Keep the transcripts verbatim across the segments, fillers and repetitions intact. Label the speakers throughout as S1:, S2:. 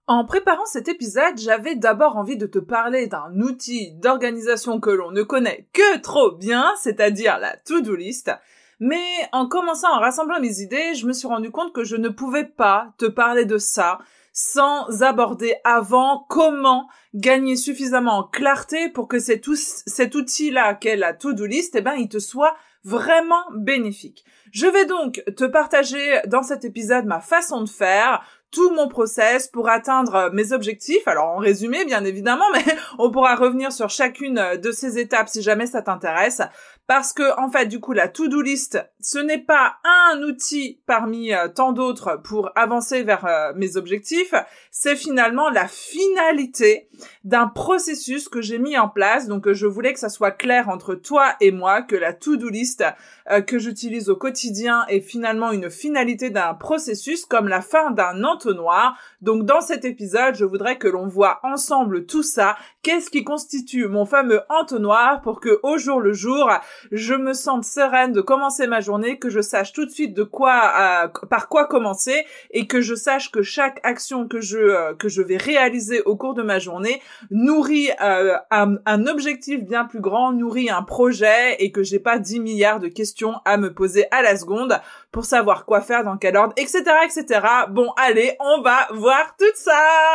S1: En préparant cet épisode, j'avais d'abord envie de te parler d'un outil d'organisation que l'on ne connaît que trop bien, c'est-à-dire la to-do list. Mais en commençant à rassembler mes idées, je me suis rendu compte que je ne pouvais pas te parler de ça sans aborder avant comment gagner suffisamment en clarté pour que cet, ou- cet outil-là qu'est la to-do list, eh ben, il te soit vraiment bénéfique. Je vais donc te partager dans cet épisode ma façon de faire, tout mon process pour atteindre mes objectifs. Alors en résumé, bien évidemment, mais on pourra revenir sur chacune de ces étapes si jamais ça t'intéresse. Parce que, en fait, du coup, la to-do list, ce n'est pas un outil parmi euh, tant d'autres pour avancer vers euh, mes objectifs. C'est finalement la finalité d'un processus que j'ai mis en place. Donc, euh, je voulais que ça soit clair entre toi et moi, que la to-do list euh, que j'utilise au quotidien est finalement une finalité d'un processus comme la fin d'un entonnoir. Donc, dans cet épisode, je voudrais que l'on voit ensemble tout ça. Qu'est-ce qui constitue mon fameux entonnoir pour que, au jour le jour, je me sente sereine de commencer ma journée, que je sache tout de suite de quoi, euh, par quoi commencer, et que je sache que chaque action que je euh, que je vais réaliser au cours de ma journée nourrit euh, un, un objectif bien plus grand, nourrit un projet, et que j'ai pas dix milliards de questions à me poser à la seconde pour savoir quoi faire, dans quel ordre, et cetera, et cetera. Bon, allez, on va voir tout ça.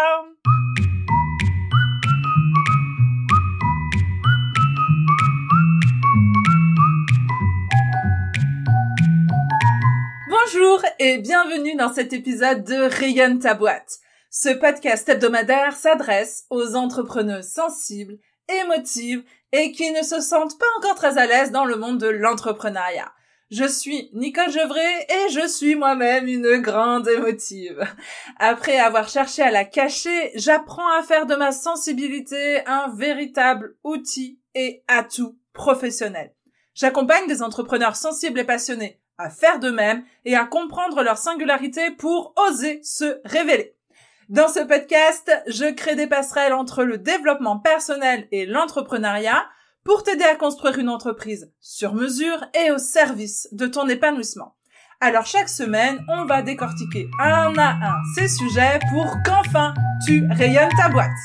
S1: Bonjour et bienvenue dans cet épisode de Rayonne ta boîte. Ce podcast hebdomadaire s'adresse aux entrepreneuses sensibles, émotives et qui ne se sentent pas encore très à l'aise dans le monde de l'entrepreneuriat. Je suis Nicole Gevray et je suis moi-même une grande émotive. Après avoir cherché à la cacher, j'apprends à faire de ma sensibilité un véritable outil et atout professionnel. J'accompagne des entrepreneurs sensibles et passionnés à faire de même et à comprendre leur singularité pour oser se révéler. Dans ce podcast, je crée des passerelles entre le développement personnel et l'entrepreneuriat pour t'aider à construire une entreprise sur mesure et au service de ton épanouissement. Alors chaque semaine, on va décortiquer un à un ces sujets pour qu'enfin tu rayonnes ta boîte.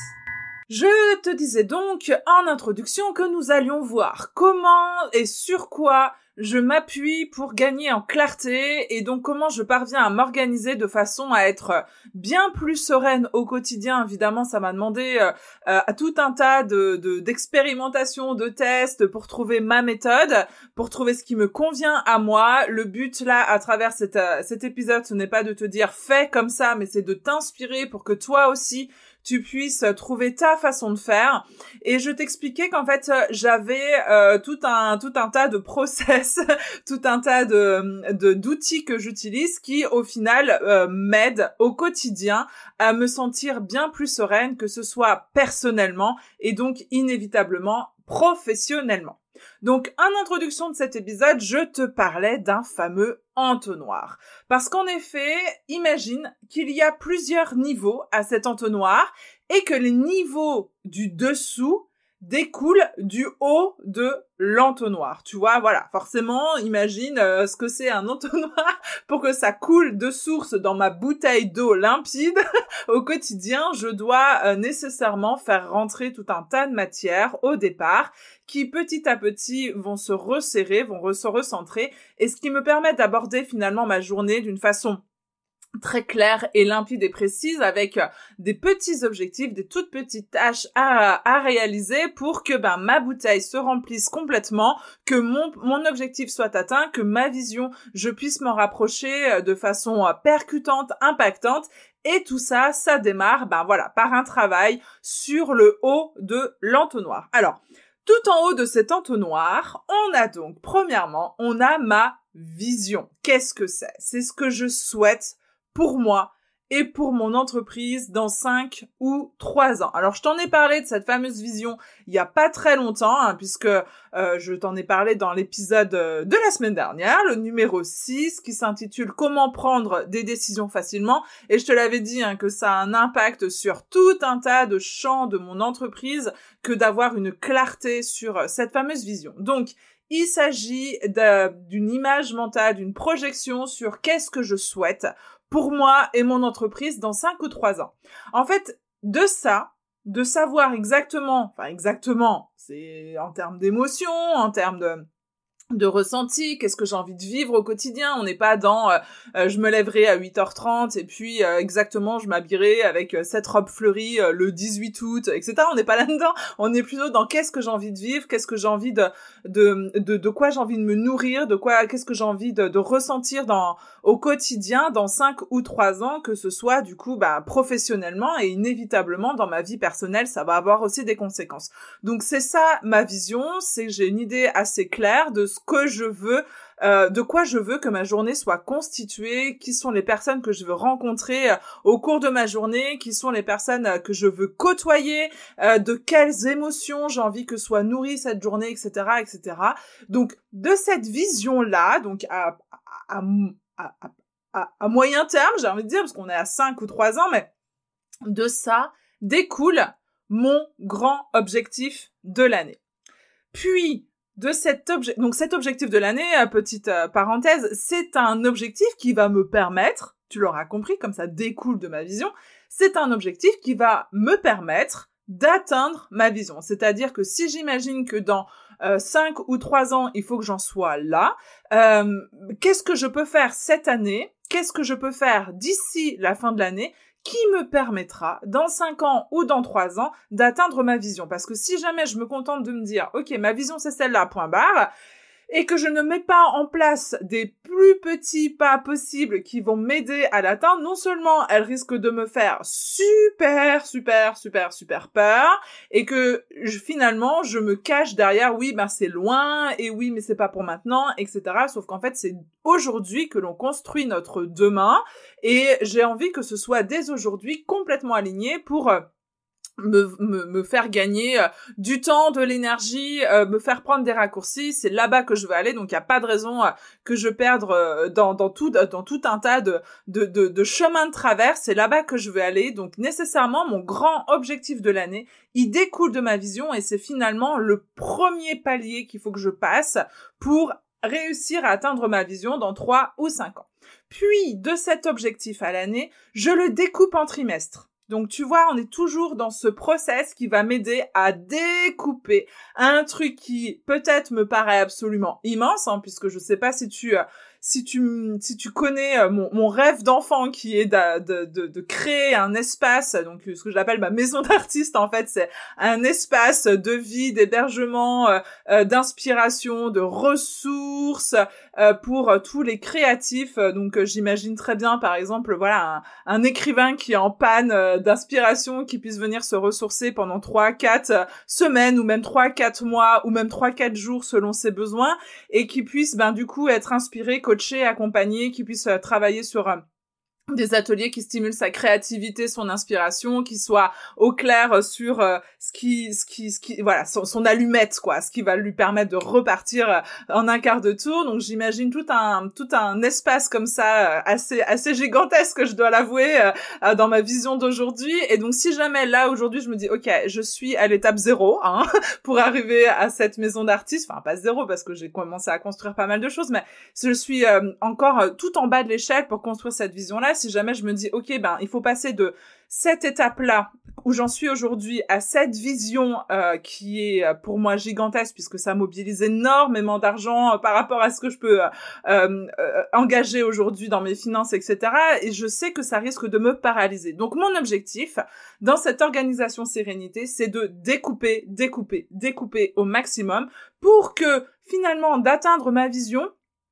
S1: Je te disais donc en introduction que nous allions voir comment et sur quoi je m'appuie pour gagner en clarté et donc comment je parviens à m'organiser de façon à être bien plus sereine au quotidien. Évidemment, ça m'a demandé euh, euh, tout un tas de, de d'expérimentations, de tests pour trouver ma méthode, pour trouver ce qui me convient à moi. Le but là, à travers cette, euh, cet épisode, ce n'est pas de te dire fais comme ça, mais c'est de t'inspirer pour que toi aussi tu puisses trouver ta façon de faire. Et je t'expliquais qu'en fait, j'avais euh, tout un tout un tas de process, tout un tas de, de d'outils que j'utilise qui, au final, euh, m'aident au quotidien à me sentir bien plus sereine, que ce soit personnellement et donc inévitablement professionnellement. Donc, en introduction de cet épisode, je te parlais d'un fameux entonnoir. Parce qu'en effet, imagine qu'il y a plusieurs niveaux à cet entonnoir et que les niveaux du dessous découlent du haut de l'entonnoir. Tu vois, voilà, forcément, imagine euh, ce que c'est un entonnoir pour que ça coule de source dans ma bouteille d'eau limpide. Au quotidien, je dois euh, nécessairement faire rentrer tout un tas de matières au départ qui petit à petit vont se resserrer, vont re- se recentrer et ce qui me permet d'aborder finalement ma journée d'une façon très claire et limpide et précise avec des petits objectifs, des toutes petites tâches à, à réaliser pour que ben ma bouteille se remplisse complètement, que mon, mon objectif soit atteint, que ma vision, je puisse m'en rapprocher de façon percutante, impactante. Et tout ça, ça démarre ben voilà, par un travail sur le haut de l'entonnoir. Alors, tout en haut de cet entonnoir, on a donc, premièrement, on a ma vision. Qu'est-ce que c'est ? C'est ce que je souhaite pour moi et pour mon entreprise dans cinq ou trois ans. Alors, je t'en ai parlé de cette fameuse vision il y a pas très longtemps, hein, puisque euh, je t'en ai parlé dans l'épisode de la semaine dernière, le numéro six, qui s'intitule « Comment prendre des décisions facilement ». Et je te l'avais dit hein, que ça a un impact sur tout un tas de champs de mon entreprise que d'avoir une clarté sur cette fameuse vision. Donc, il s'agit de, d'une image mentale, d'une projection sur qu'est-ce que je souhaite pour moi et mon entreprise dans cinq ou trois ans. En fait, de ça, de savoir exactement, enfin exactement, c'est en termes d'émotion, en termes de de ressenti, qu'est-ce que j'ai envie de vivre au quotidien. On n'est pas dans euh, euh, je me lèverai à huit heures trente et puis euh, exactement je m'habillerai avec euh, cette robe fleurie euh, le dix-huit août, et cetera. On n'est pas là-dedans. On est plutôt dans qu'est-ce que j'ai envie de vivre, qu'est-ce que j'ai envie de de de, de quoi j'ai envie de me nourrir, de quoi qu'est-ce que j'ai envie de, de ressentir dans au quotidien dans cinq ou trois ans, que ce soit du coup bah professionnellement et inévitablement dans ma vie personnelle, ça va avoir aussi des conséquences. Donc c'est ça ma vision, c'est que j'ai une idée assez claire de ce que je veux, euh, de quoi je veux que ma journée soit constituée, qui sont les personnes que je veux rencontrer euh, au cours de ma journée, qui sont les personnes euh, que je veux côtoyer, euh, de quelles émotions j'ai envie que soit nourrie cette journée, et cetera, et cetera. Donc de cette vision-là, donc à, à, à, à, à, à moyen terme, j'ai envie de dire, parce qu'on est à cinq ou trois ans, mais de ça découle mon grand objectif de l'année. Puis, de cet objet, donc cet objectif de l'année, petite euh, parenthèse, c'est un objectif qui va me permettre, tu l'auras compris, comme ça découle de ma vision, c'est un objectif qui va me permettre d'atteindre ma vision. C'est-à-dire que si j'imagine que dans euh, cinq ou trois ans, il faut que j'en sois là, euh, qu'est-ce que je peux faire cette année? Qu'est-ce que je peux faire d'ici la fin de l'année qui me permettra, dans cinq ans ou dans trois ans, d'atteindre ma vision. Parce que si jamais je me contente de me dire « Ok, ma vision c'est celle-là, point barre », et que je ne mets pas en place des plus petits pas possibles qui vont m'aider à l'atteindre, non seulement elle risque de me faire super, super, super, super peur, et que je, finalement, je me cache derrière « Oui, ben c'est loin, et oui, mais c'est pas pour maintenant, et cetera » Sauf qu'en fait, c'est aujourd'hui que l'on construit notre demain, et j'ai envie que ce soit dès aujourd'hui complètement aligné pour... Euh, Me, me, me faire gagner euh, du temps, de l'énergie, euh, me faire prendre des raccourcis, c'est là-bas que je veux aller, donc il n'y a pas de raison euh, que je perde euh, dans, dans, tout, dans tout un tas de, de, de, de chemins de travers, c'est là-bas que je veux aller, donc nécessairement mon grand objectif de l'année, il découle de ma vision et c'est finalement le premier palier qu'il faut que je passe pour réussir à atteindre ma vision dans trois ou cinq ans. Puis, de cet objectif à l'année, je le découpe en trimestres. Donc, tu vois, on est toujours dans ce process qui va m'aider à découper un truc qui peut-être me paraît absolument immense, hein, puisque je sais pas si tu, euh, si tu, si tu connais euh, mon, mon rêve d'enfant qui est de, de, de, de créer un espace, donc ce que j'appelle ma maison d'artiste, en fait, c'est un espace de vie, d'hébergement, euh, euh, d'inspiration, de ressources euh, pour euh, tous les créatifs. Donc, euh, j'imagine très bien, par exemple, voilà, un, un écrivain qui est en panne euh, d'inspiration, qui puisse venir se ressourcer pendant trois quatre semaines ou même trois quatre mois ou même trois quatre jours selon ses besoins et qui puisse ben du coup être inspiré, coaché, accompagné, qui puisse euh, travailler sur euh, des ateliers qui stimulent sa créativité, son inspiration, qui soit au clair sur euh, ce qui ce qui ce qui voilà, son, son allumette quoi, ce qui va lui permettre de repartir euh, en un quart de tour. Donc j'imagine tout un tout un espace comme ça euh, assez assez gigantesque, je dois l'avouer, euh, euh, dans ma vision d'aujourd'hui. Et donc si jamais là aujourd'hui je me dis OK, je suis à l'étape zéro hein, pour arriver à cette maison d'artiste, enfin pas zéro parce que j'ai commencé à construire pas mal de choses, mais je suis euh, encore euh, tout en bas de l'échelle pour construire cette vision-là. Si jamais je me dis, ok, ben, il faut passer de cette étape-là où j'en suis aujourd'hui à cette vision euh, qui est euh, pour moi gigantesque puisque ça mobilise énormément d'argent euh, par rapport à ce que je peux euh, euh, engager aujourd'hui dans mes finances, et cetera. Et je sais que ça risque de me paralyser. Donc mon objectif dans cette organisation sérénité, c'est de découper, découper, découper au maximum pour que finalement d'atteindre ma vision,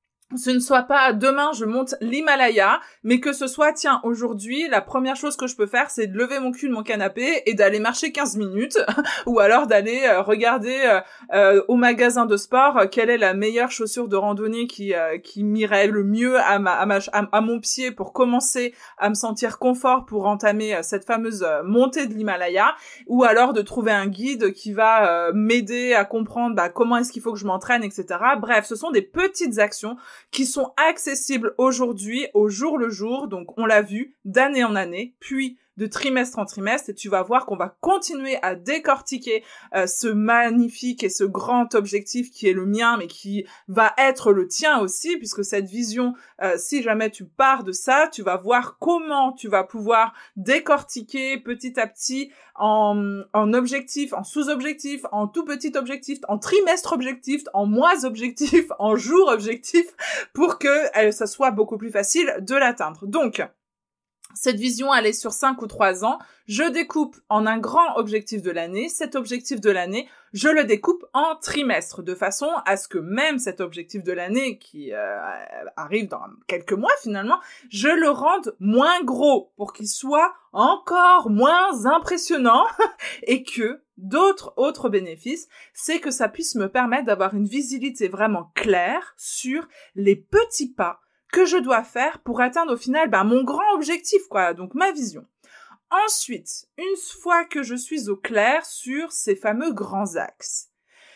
S1: ce ne soit pas demain je monte l'Himalaya, mais que ce soit tiens aujourd'hui la première chose que je peux faire c'est de lever mon cul de mon canapé et d'aller marcher quinze minutes ou alors d'aller euh, regarder euh, euh, au magasin de sport euh, quelle est la meilleure chaussure de randonnée qui euh, qui m'irait le mieux à ma à ma à, à mon pied pour commencer à me sentir confort pour entamer euh, cette fameuse euh, montée de l'Himalaya, ou alors de trouver un guide qui va euh, m'aider à comprendre bah, comment est-ce qu'il faut que je m'entraîne, et cetera. Bref, ce sont des petites actions qui sont accessibles aujourd'hui au jour le jour, donc on l'a vu d'année en année, puis de trimestre en trimestre et tu vas voir qu'on va continuer à décortiquer euh, ce magnifique et ce grand objectif qui est le mien mais qui va être le tien aussi, puisque cette vision, euh, si jamais tu pars de ça, tu vas voir comment tu vas pouvoir décortiquer petit à petit en, en objectif, en sous-objectif, en tout petit objectif, en trimestre objectif, en mois objectif, en jour objectif, pour que euh, ça soit beaucoup plus facile de l'atteindre. Donc, cette vision, elle est sur cinq ou trois ans. Je découpe en un grand objectif de l'année. Cet objectif de l'année, je le découpe en trimestres, de façon à ce que même cet objectif de l'année, qui euh, arrive dans quelques mois finalement, je le rende moins gros, pour qu'il soit encore moins impressionnant, et que d'autres autres bénéfices, c'est que ça puisse me permettre d'avoir une visibilité vraiment claire sur les petits pas que je dois faire pour atteindre au final ben, mon grand objectif, quoi, donc ma vision. Ensuite, une fois que je suis au clair sur ces fameux grands axes,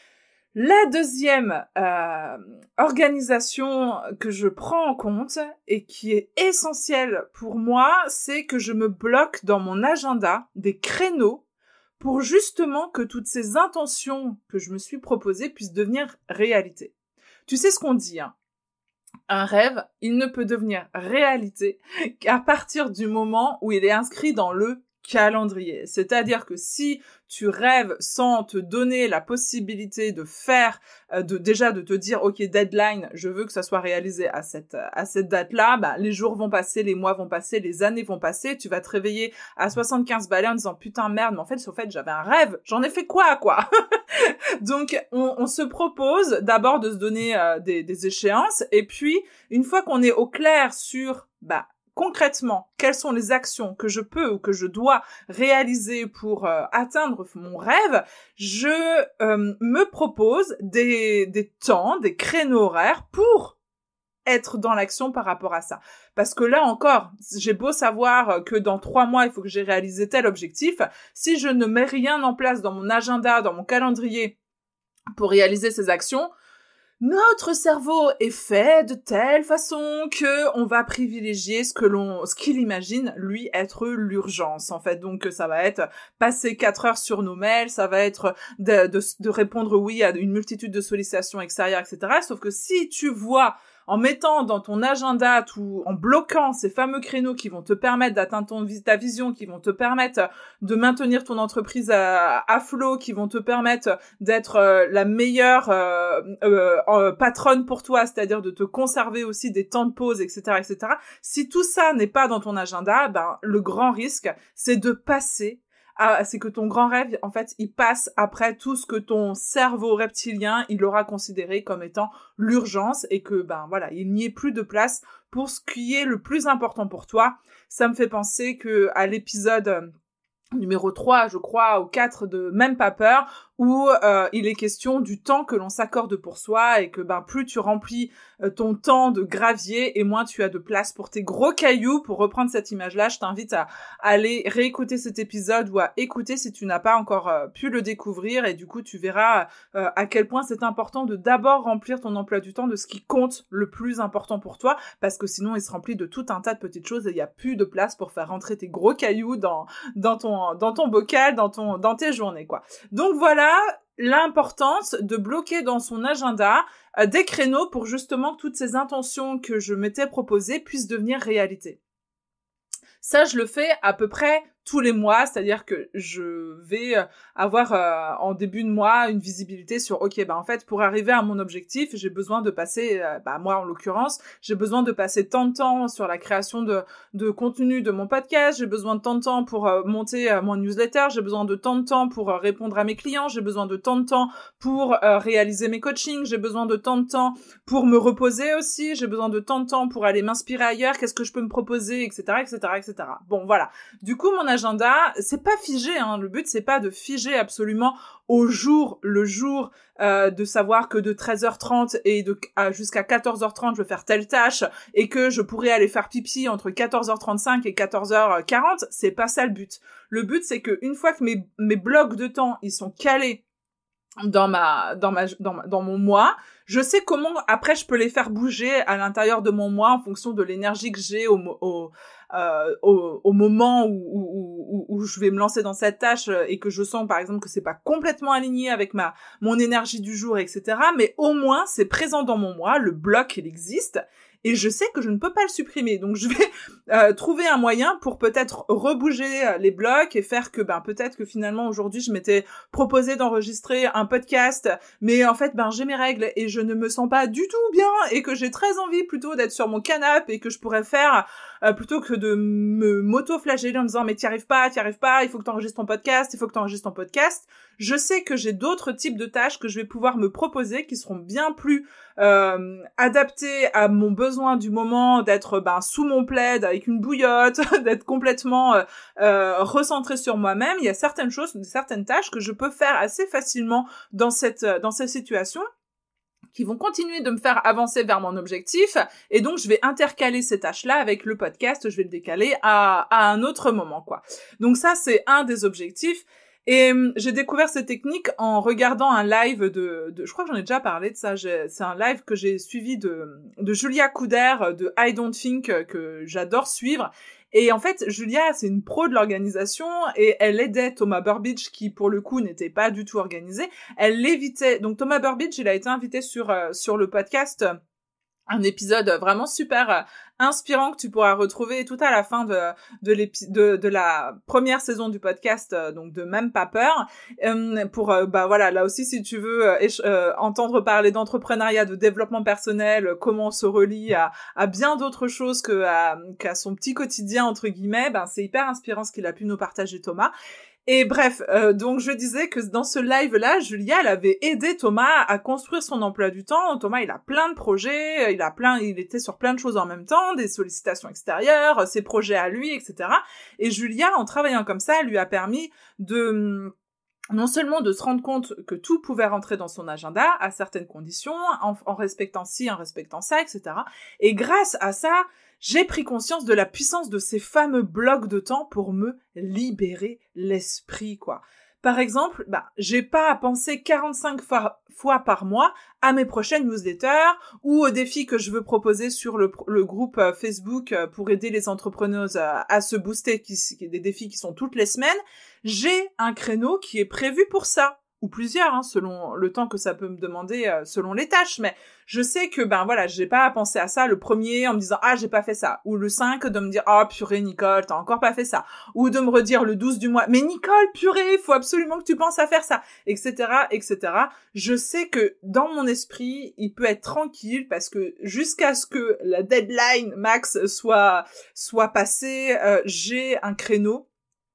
S1: la deuxième euh, organisation que je prends en compte et qui est essentielle pour moi, c'est que je me bloque dans mon agenda des créneaux pour justement que toutes ces intentions que je me suis proposées puissent devenir réalité. Tu sais ce qu'on dit, hein? Un rêve, il ne peut devenir réalité qu'à partir du moment où il est inscrit dans le calendrier. C'est-à-dire que si tu rêves sans te donner la possibilité de faire, euh, de déjà de te dire, ok, deadline, je veux que ça soit réalisé à cette à cette date-là, bah, les jours vont passer, les mois vont passer, les années vont passer, tu vas te réveiller à soixante-quinze balais en disant, putain, merde, mais en fait, au fait, j'avais un rêve, j'en ai fait quoi, quoi? Donc, on, on se propose d'abord de se donner euh, des, des échéances, et puis, une fois qu'on est au clair sur, bah, concrètement, quelles sont les actions que je peux ou que je dois réaliser pour euh, atteindre mon rêve, je euh, me propose des, des temps, des créneaux horaires pour être dans l'action par rapport à ça. Parce que là encore, j'ai beau savoir que dans trois mois, il faut que j'ai réalisé tel objectif, si je ne mets rien en place dans mon agenda, dans mon calendrier pour réaliser ces actions, notre cerveau est fait de telle façon que on va privilégier ce que l'on, ce qu'il imagine, lui, être l'urgence, en fait. Donc, ça va être passer quatre heures sur nos mails, ça va être de, de, de répondre oui à une multitude de sollicitations extérieures, et cetera. Sauf que si tu vois, en mettant dans ton agenda, tout, en bloquant ces fameux créneaux qui vont te permettre d'atteindre ton, ta vision, qui vont te permettre de maintenir ton entreprise à, à flot, qui vont te permettre d'être euh, la meilleure euh, euh, euh, patronne pour toi, c'est-à-dire de te conserver aussi des temps de pause, et cetera, et cetera. Si tout ça n'est pas dans ton agenda, ben le grand risque, c'est de passer Ah, c'est que ton grand rêve, en fait, il passe après tout ce que ton cerveau reptilien, il aura considéré comme étant l'urgence et que, ben voilà, il n'y ait plus de place pour ce qui est le plus important pour toi. Ça me fait penser que à l'épisode numéro trois, je crois, ou quatre de Même pas peur, où euh, il est question du temps que l'on s'accorde pour soi et que ben plus tu remplis euh, ton temps de gravier et moins tu as de place pour tes gros cailloux. Pour reprendre cette image-là, je t'invite à, à aller réécouter cet épisode ou à écouter si tu n'as pas encore euh, pu le découvrir, et du coup tu verras euh, à quel point c'est important de d'abord remplir ton emploi du temps de ce qui compte le plus important pour toi, parce que sinon il se remplit de tout un tas de petites choses et il n'y a plus de place pour faire rentrer tes gros cailloux dans dans ton dans ton bocal, dans ton dans tes journées, quoi. Donc voilà l'importance de bloquer dans son agenda euh, des créneaux pour justement que toutes ces intentions que je m'étais proposées puissent devenir réalité. Ça, je le fais à peu près tous les mois, c'est-à-dire que je vais avoir euh, en début de mois une visibilité sur ok, bah en fait pour arriver à mon objectif, j'ai besoin de passer, euh, bah moi en l'occurrence, j'ai besoin de passer tant de temps sur la création de de contenu de mon podcast, j'ai besoin de tant de temps pour euh, monter euh, mon newsletter, j'ai besoin de tant de temps pour euh, répondre à mes clients, j'ai besoin de tant de temps pour euh, réaliser mes coachings, j'ai besoin de tant de temps pour me reposer aussi, j'ai besoin de tant de temps pour aller m'inspirer ailleurs, qu'est-ce que je peux me proposer, et cetera, et cetera, et cetera. Bon voilà. Du coup mon agenda, c'est pas figé, hein. Le but c'est pas de figer absolument au jour le jour, euh, de savoir que de treize heures trente et de à, jusqu'à quatorze heures trente je vais faire telle tâche et que je pourrais aller faire pipi entre quatorze heures trente-cinq et quatorze heures quarante. C'est pas ça le but. Le but c'est que une fois que mes mes blocs de temps ils sont calés dans ma dans ma dans ma, dans mon mois, je sais comment après je peux les faire bouger à l'intérieur de mon mois en fonction de l'énergie que j'ai au au euh, au, au moment où, où, où, où je vais me lancer dans cette tâche et que je sens par exemple que c'est pas complètement aligné avec ma mon énergie du jour, et cetera. Mais au moins c'est présent dans mon moi, le bloc il existe. Et je sais que je ne peux pas le supprimer. Donc, je vais euh, trouver un moyen pour peut-être rebouger euh, les blocs et faire que, ben, peut-être que finalement, aujourd'hui, je m'étais proposé d'enregistrer un podcast, mais en fait, ben, j'ai mes règles et je ne me sens pas du tout bien et que j'ai très envie plutôt d'être sur mon canapé et que je pourrais faire, euh, plutôt que de me m'auto-flageller en me disant, mais t'y arrives pas, t'y arrives pas, il faut que t'enregistres ton podcast, il faut que t'enregistres ton podcast. Je sais que j'ai d'autres types de tâches que je vais pouvoir me proposer qui seront bien plus euh, adaptées à mon besoin du moment, d'être ben sous mon plaid avec une bouillotte, d'être complètement euh, euh, recentrée sur moi-même. Il y a certaines choses, certaines tâches que je peux faire assez facilement dans cette dans cette situation, qui vont continuer de me faire avancer vers mon objectif, et donc je vais intercaler ces tâches-là avec le podcast, je vais le décaler à, à un autre moment, quoi. Donc ça, c'est un des objectifs. Et euh, j'ai découvert cette technique en regardant un live de, de je crois que j'en ai déjà parlé de ça, j'ai, c'est un live que j'ai suivi de, de Julia Couder de I Don't Think, que j'adore suivre. Et en fait, Julia, c'est une pro de l'organisation et elle aidait Thomas Burbidge qui, pour le coup, n'était pas du tout organisé. Elle l'évitait. Donc Thomas Burbidge, il a été invité sur, euh, sur le podcast, un épisode vraiment super euh, inspirant que tu pourras retrouver tout à la fin de de, l'épi- de, de la première saison du podcast, euh, donc de Même pas peur, euh, pour euh, bah voilà, là aussi si tu veux euh, éch- euh, entendre parler d'entrepreneuriat, de développement personnel, euh, comment on se relie à à bien d'autres choses que à, qu'à son petit quotidien entre guillemets, ben c'est hyper inspirant ce qu'il a pu nous partager Thomas. Et bref, euh, donc je disais que dans ce live-là, Julia, elle avait aidé Thomas à construire son emploi du temps. Thomas, il a plein de projets, il a plein, il était sur plein de choses en même temps, des sollicitations extérieures, ses projets à lui, et cetera. Et Julia, en travaillant comme ça, lui a permis de non seulement de se rendre compte que tout pouvait rentrer dans son agenda à certaines conditions, en, en respectant ci, en respectant ça, et cetera. Et grâce à ça, j'ai pris conscience de la puissance de ces fameux blocs de temps pour me libérer l'esprit, quoi. Par exemple, bah, j'ai pas à penser quarante-cinq fois, fois par mois à mes prochaines newsletters ou aux défis que je veux proposer sur le, le groupe euh, Facebook euh, pour aider les entrepreneuses à, à se booster, qui, qui, des défis qui sont toutes les semaines. J'ai un créneau qui est prévu pour ça. Ou plusieurs, hein, selon le temps que ça peut me demander, euh, selon les tâches, mais je sais que, ben voilà, j'ai pas à penser à ça le premier en me disant « Ah, j'ai pas fait ça », ou le cinq de me dire « Ah, oh, purée, Nicole, t'as encore pas fait ça », ou de me redire le douze du mois « Mais Nicole, purée, faut absolument que tu penses à faire ça », et cetera, et cetera. Je sais que dans mon esprit, il peut être tranquille parce que jusqu'à ce que la deadline max soit, soit passée, euh, j'ai un créneau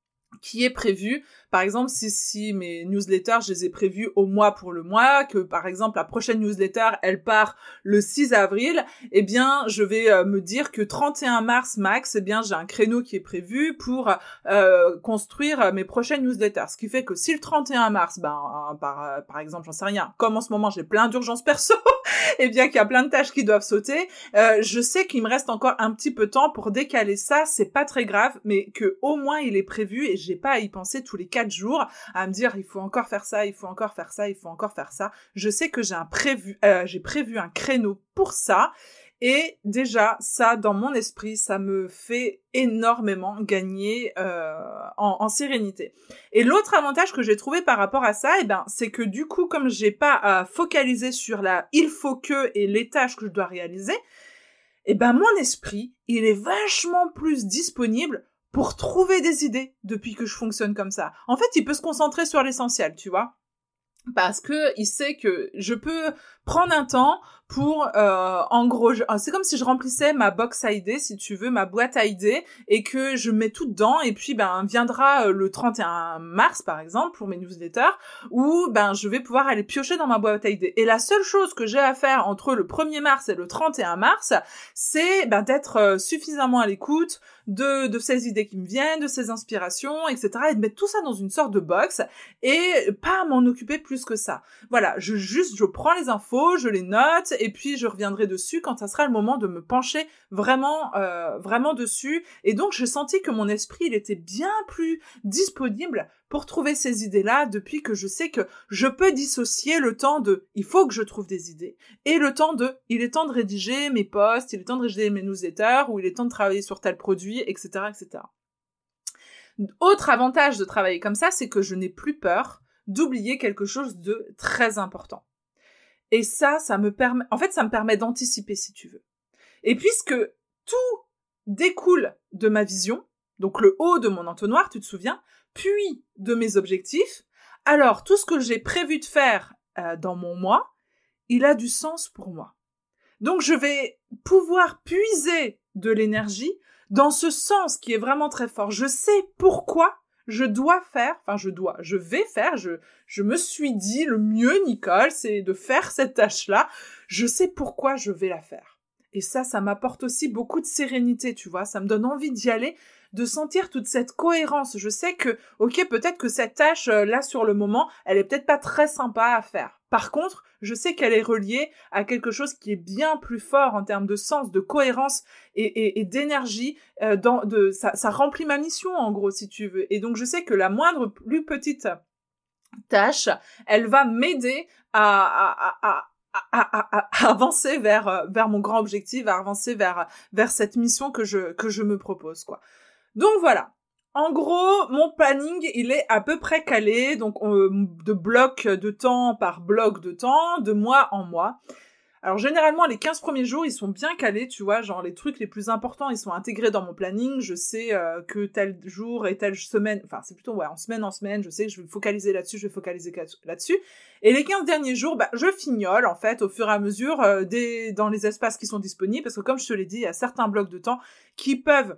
S1: qui est prévu. Par exemple, si, si mes newsletters, je les ai prévus au mois pour le mois, que par exemple la prochaine newsletter, elle part le six avril, eh bien, je vais euh, me dire que trente et un mars max, eh bien, j'ai un créneau qui est prévu pour euh, construire mes prochaines newsletters. Ce qui fait que si le trente et un mars, ben, euh, par, euh, par exemple, j'en sais rien, comme en ce moment j'ai plein d'urgences perso, et bien qu'il y a plein de tâches qui doivent sauter, euh, je sais qu'il me reste encore un petit peu de temps pour décaler ça, c'est pas très grave, mais que au moins il est prévu et j'ai pas à y penser tous les quatre jours, à me dire il faut encore faire ça, il faut encore faire ça, il faut encore faire ça. Je sais que j'ai un prévu, euh, j'ai prévu un créneau pour ça, et déjà ça dans mon esprit, ça me fait énormément gagner euh, en, en sérénité. Et l'autre avantage que j'ai trouvé par rapport à ça, eh ben, c'est que du coup, comme j'ai pas à focaliser sur la il faut que et les tâches que je dois réaliser, eh ben mon esprit, il est vachement plus disponible pour trouver des idées depuis que je fonctionne comme ça. En fait, il peut se concentrer sur l'essentiel, tu vois. Parce que il sait que je peux prendre un temps pour, euh, en gros, je, c'est comme si je remplissais ma box à idées, si tu veux, ma boîte à idées, et que je mets tout dedans, et puis, ben, viendra le trente et un mars, par exemple, pour mes newsletters, où, ben, je vais pouvoir aller piocher dans ma boîte à idées. Et la seule chose que j'ai à faire entre le premier mars et le trente et un mars, c'est, ben, d'être suffisamment à l'écoute de, de ces idées qui me viennent, de ces inspirations, et cetera, et de mettre tout ça dans une sorte de box, et pas m'en occuper plus que ça. Voilà, je juste, je prends les infos, je les note, et puis je reviendrai dessus quand ça sera le moment de me pencher vraiment, euh, vraiment dessus. Et donc, j'ai senti que mon esprit, il était bien plus disponible pour trouver ces idées-là depuis que je sais que je peux dissocier le temps de « il faut que je trouve des idées » et le temps de « il est temps de rédiger mes posts, il est temps de rédiger mes newsletters ou il est temps de travailler sur tel produit, et cetera, et cetera » Autre avantage de travailler comme ça, c'est que je n'ai plus peur d'oublier quelque chose de très important. Et ça, ça me permet, en fait, ça me permet d'anticiper, si tu veux. Et puisque tout découle de ma vision, donc le haut de mon entonnoir, tu te souviens, puis de mes objectifs, alors tout ce que j'ai prévu de faire euh, dans mon mois, il a du sens pour moi. Donc je vais pouvoir puiser de l'énergie dans ce sens qui est vraiment très fort. Je sais pourquoi je dois faire, enfin je dois, je vais faire, je, je me suis dit le mieux, Nicole, c'est de faire cette tâche-là. Je sais pourquoi je vais la faire. Et ça, ça m'apporte aussi beaucoup de sérénité, tu vois. Ça me donne envie d'y aller, de sentir toute cette cohérence. Je sais que, ok, peut-être que cette tâche, euh, là, sur le moment, elle est peut-être pas très sympa à faire. Par contre, je sais qu'elle est reliée à quelque chose qui est bien plus fort en termes de sens, de cohérence et, et, et d'énergie. Euh, dans, de, ça, ça remplit ma mission, en gros, si tu veux. Et donc, je sais que la moindre, plus petite tâche, elle va m'aider à... à, à, à À, à, à, à avancer vers vers mon grand objectif, à avancer vers vers cette mission que je que je me propose, quoi. Donc voilà. En gros, mon planning, il est à peu près calé, donc euh, de bloc de temps par bloc de temps, de mois en mois. Alors généralement, les quinze premiers jours, ils sont bien calés, tu vois, genre les trucs les plus importants, ils sont intégrés dans mon planning, je sais euh, que tel jour et telle semaine, enfin c'est plutôt ouais, en semaine en semaine, je sais que je vais me focaliser là-dessus, je vais focaliser là-dessus. Et les quinze derniers jours, bah je fignole en fait au fur et à mesure euh, des dans les espaces qui sont disponibles, parce que comme je te l'ai dit, il y a certains blocs de temps qui peuvent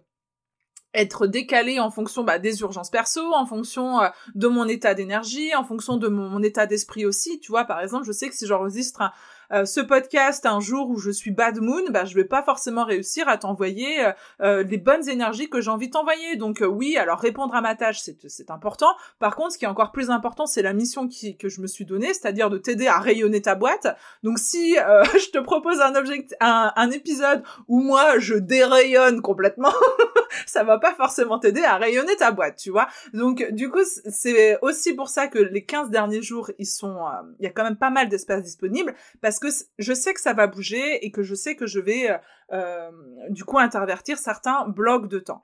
S1: être décalé en fonction bah, des urgences perso, en fonction euh, de mon état d'énergie, en fonction de mon, mon état d'esprit aussi, tu vois. Par exemple, je sais que si j'enregistre un, euh, ce podcast un jour où je suis bad moon, bah je vais pas forcément réussir à t'envoyer euh, euh, les bonnes énergies que j'ai envie de t'envoyer. Donc euh, oui, alors répondre à ma tâche, c'est c'est important. Par contre, ce qui est encore plus important, c'est la mission qui que je me suis donnée, c'est-à-dire de t'aider à rayonner ta boîte. Donc si euh, je te propose un objectif, un, un épisode où moi je dérayonne complètement, ça va pas forcément t'aider à rayonner ta boîte, tu vois. Donc du coup, c'est aussi pour ça que les quinze derniers jours, ils sont euh, il y a quand même pas mal d'espace disponible, parce que je sais que ça va bouger et que je sais que je vais euh, euh, du coup intervertir certains blocs de temps.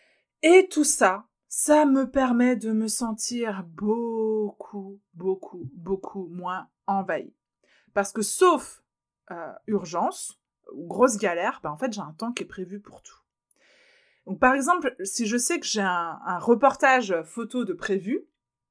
S1: Et tout ça, ça me permet de me sentir beaucoup, beaucoup, beaucoup moins envahie. Parce que sauf euh, urgence ou grosse galère, ben en fait j'ai un temps qui est prévu pour tout. Donc par exemple, si je sais que j'ai un, un reportage photo de prévu,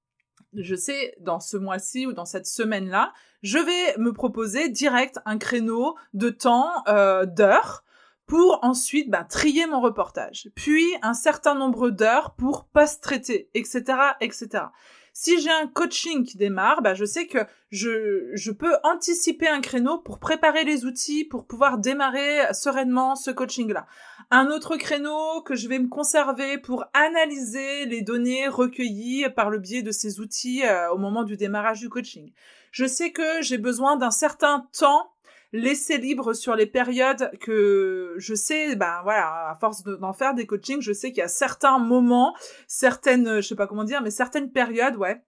S1: je sais, dans ce mois-ci ou dans cette semaine-là, je vais me proposer direct un créneau de temps, euh, d'heures, pour ensuite bah, trier mon reportage. Puis un certain nombre d'heures pour post-traiter, et cetera, et cetera. Si j'ai un coaching qui démarre, bah, je sais que je, je peux anticiper un créneau pour préparer les outils, pour pouvoir démarrer sereinement ce coaching-là. Un autre créneau que je vais me conserver pour analyser les données recueillies par le biais de ces outils euh, au moment du démarrage du coaching. Je sais que j'ai besoin d'un certain temps laisser libre sur les périodes que je sais, ben voilà, à force de, d'en faire des coachings, je sais qu'il y a certains moments, certaines, je sais pas comment dire, mais certaines périodes, ouais,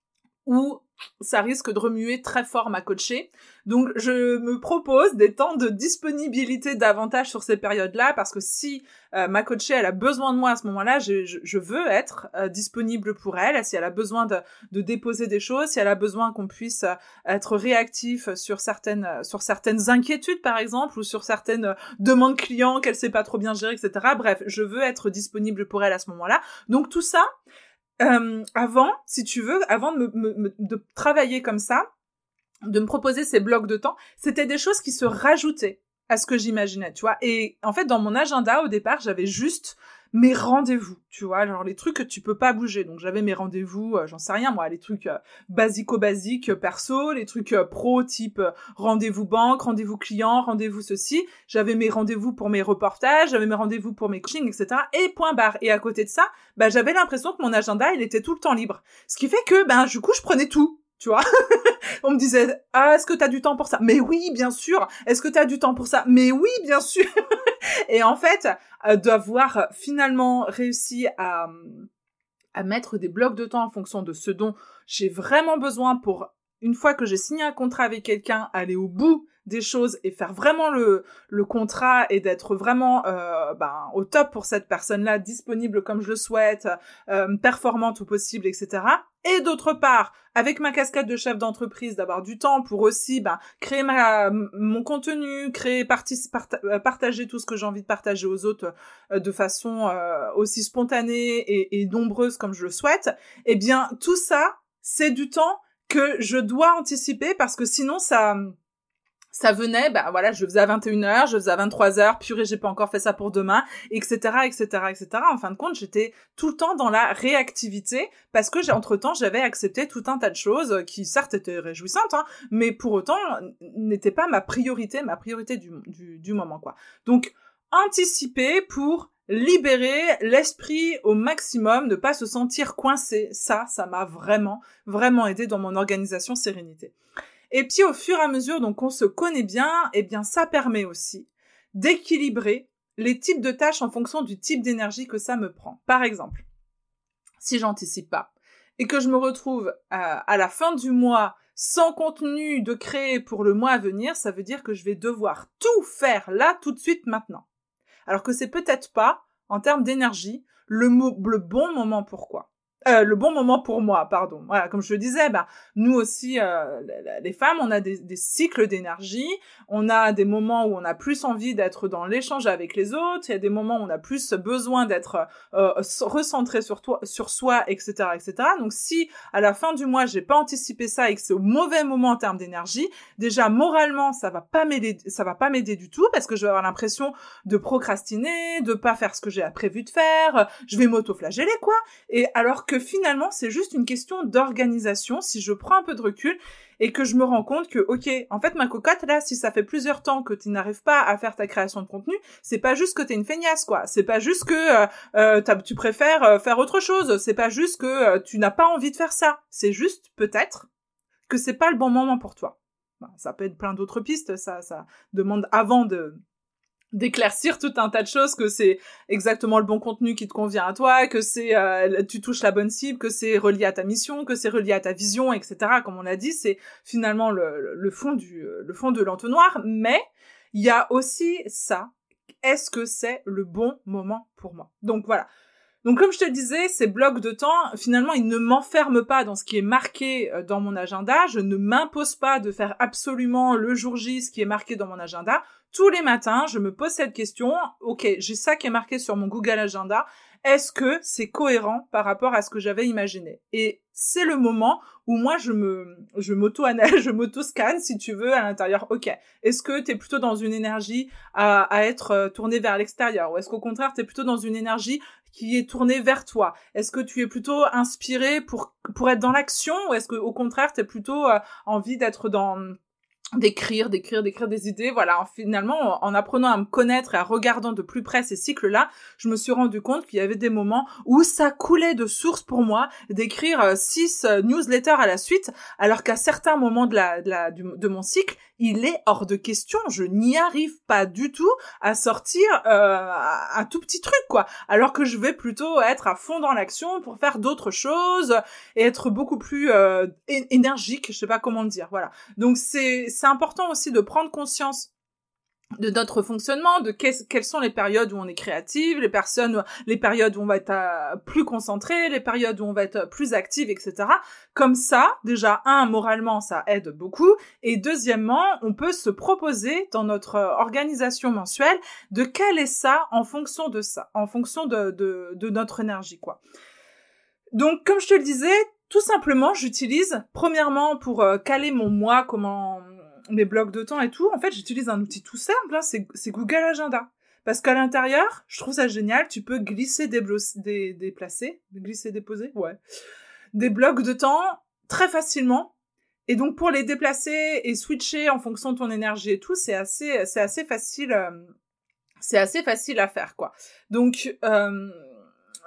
S1: où ça risque de remuer très fort ma coachée. Donc, je me propose des temps de disponibilité davantage sur ces périodes-là, parce que si euh, ma coachée, elle a besoin de moi à ce moment-là, je, je, je veux être euh, disponible pour elle. Si elle a besoin de, de déposer des choses, si elle a besoin qu'on puisse euh, être réactif sur certaines, euh, sur certaines inquiétudes, par exemple, ou sur certaines euh, demandes clients qu'elle sait pas trop bien gérer, et cetera. Bref, je veux être disponible pour elle à ce moment-là. Donc, tout ça, Euh, avant, si tu veux, avant de, me, me, de travailler comme ça, de me proposer ces blocs de temps, c'était des choses qui se rajoutaient à ce que j'imaginais, tu vois. Et en fait, dans mon agenda, au départ, j'avais juste mes rendez-vous, tu vois, genre les trucs que tu peux pas bouger. Donc j'avais mes rendez-vous, euh, j'en sais rien moi, les trucs euh, basico-basiques euh, perso, les trucs euh, pro type euh, rendez-vous banque, rendez-vous client, rendez-vous ceci. J'avais mes rendez-vous pour mes reportages, j'avais mes rendez-vous pour mes coachings, et cetera. Et point barre. Et à côté de ça, bah j'avais l'impression que mon agenda, il était tout le temps libre. Ce qui fait que, ben du coup, je prenais tout. tu vois. On me disait, ah, est-ce que t'as du temps pour ça? Mais oui, bien sûr. Est-ce que t'as du temps pour ça? Mais oui, bien sûr. Et en fait, euh, d'avoir finalement réussi à, à mettre des blocs de temps en fonction de ce dont j'ai vraiment besoin pour, une fois que j'ai signé un contrat avec quelqu'un, aller au bout des choses et faire vraiment le, le contrat et d'être vraiment euh, ben, au top pour cette personne-là, disponible comme je le souhaite, euh, performante au possible, et cetera. Et d'autre part, avec ma casquette de chef d'entreprise, d'avoir du temps pour aussi ben, créer ma, mon contenu, créer, partic- part- partager tout ce que j'ai envie de partager aux autres euh, de façon euh, aussi spontanée et, et nombreuse comme je le souhaite, eh bien tout ça, c'est du temps que je dois anticiper parce que sinon ça... Ça venait, bah voilà, je le faisais à vingt et une heures, je le faisais à vingt-trois heures, purée, j'ai pas encore fait ça pour demain, et cetera, et cetera, et cetera. En fin de compte, j'étais tout le temps dans la réactivité parce que j'ai, entre-temps, j'avais accepté tout un tas de choses qui, certes, étaient réjouissantes, hein, mais pour autant, n'étaient pas ma priorité, ma priorité du, du, du moment, quoi. Donc, anticiper pour libérer l'esprit au maximum, ne pas se sentir coincé. Ça, ça m'a vraiment, vraiment aidé dans mon organisation sérénité. Et puis au fur et à mesure donc on se connaît bien, eh bien ça permet aussi d'équilibrer les types de tâches en fonction du type d'énergie que ça me prend. Par exemple, si j'anticipe pas et que je me retrouve à, à la fin du mois sans contenu de créer pour le mois à venir, ça veut dire que je vais devoir tout faire là tout de suite maintenant. Alors que c'est peut-être pas, en termes d'énergie, le, mo- le bon moment pourquoi. Euh, le bon moment pour moi, pardon. Voilà, comme je le disais, bah nous aussi, euh, les femmes, on a des, des cycles d'énergie. On a des moments où on a plus envie d'être dans l'échange avec les autres. Il y a des moments où on a plus besoin d'être euh, recentré sur toi, sur soi, et cetera, et cetera. Donc si à la fin du mois j'ai pas anticipé ça et que c'est au mauvais moment en termes d'énergie, déjà moralement ça va pas m'aider, ça va pas m'aider du tout parce que je vais avoir l'impression de procrastiner, de pas faire ce que j'ai prévu de faire. Je vais m'auto-flageller quoi. Et alors que finalement, c'est juste une question d'organisation, si je prends un peu de recul et que je me rends compte que, ok, en fait, ma cocotte, là, si ça fait plusieurs temps que tu n'arrives pas à faire ta création de contenu, c'est pas juste que t'es une feignasse, quoi. C'est pas juste que euh, euh, tu préfères euh, faire autre chose. C'est pas juste que euh, tu n'as pas envie de faire ça. C'est juste, peut-être, que c'est pas le bon moment pour toi. Bon, ça peut être plein d'autres pistes, ça, ça demande avant de... d'éclaircir tout un tas de choses, que c'est exactement le bon contenu qui te convient à toi, que c'est euh, tu touches la bonne cible, que c'est relié à ta mission, que c'est relié à ta vision, et cetera. Comme on l'a dit, c'est finalement le, le fond du le fond de l'entonnoir. Mais il y a aussi ça. Est-ce que c'est le bon moment pour moi? Donc voilà. Donc comme je te le disais, ces blocs de temps, finalement, ils ne m'enferment pas dans ce qui est marqué dans mon agenda. Je ne m'impose pas de faire absolument le jour J ce qui est marqué dans mon agenda. Tous les matins, je me pose cette question. Ok, j'ai ça qui est marqué sur mon Google Agenda. Est-ce que c'est cohérent par rapport à ce que j'avais imaginé? Et c'est le moment où moi, je me, je m'auto-analyse, je m'auto-scanne, si tu veux, à l'intérieur. Ok, est-ce que t'es plutôt dans une énergie à, à être tournée vers l'extérieur? Ou est-ce qu'au contraire, t'es plutôt dans une énergie qui est tournée vers toi? Est-ce que tu es plutôt inspiré pour, pour être dans l'action? Ou est-ce que, au contraire, t'es plutôt euh, envie d'être dans... d'écrire, d'écrire, d'écrire des idées, voilà, finalement, en apprenant à me connaître et en regardant de plus près ces cycles-là, je me suis rendu compte qu'il y avait des moments où ça coulait de source pour moi d'écrire six newsletters à la suite, alors qu'à certains moments de la, de la, du, de mon cycle, il est hors de question, je n'y arrive pas du tout à sortir euh, un tout petit truc, quoi, alors que je vais plutôt être à fond dans l'action pour faire d'autres choses et être beaucoup plus euh, énergique, je sais pas comment le dire, voilà. Donc c'est c'est important aussi de prendre conscience de notre fonctionnement, de que, quelles sont les périodes où on est créative, les personnes, les périodes où on va être euh, plus concentré, les périodes où on va être plus active, et cetera. Comme ça, déjà, un, moralement, ça aide beaucoup, et deuxièmement, on peut se proposer dans notre organisation mensuelle de caler ça en fonction de ça, en fonction de, de, de notre énergie, quoi. Donc, comme je te le disais, tout simplement, j'utilise, premièrement, pour euh, caler mon mois, comment... mes blocs de temps et tout, en fait, j'utilise un outil tout simple, hein, c'est, c'est Google Agenda. Parce qu'à l'intérieur, je trouve ça génial, tu peux glisser, déblo- dé- déplacer, glisser, déposer, ouais, des blocs de temps très facilement. Et donc, pour les déplacer et switcher en fonction de ton énergie et tout, c'est assez, c'est assez facile, euh, c'est assez facile à faire, quoi. Donc, euh,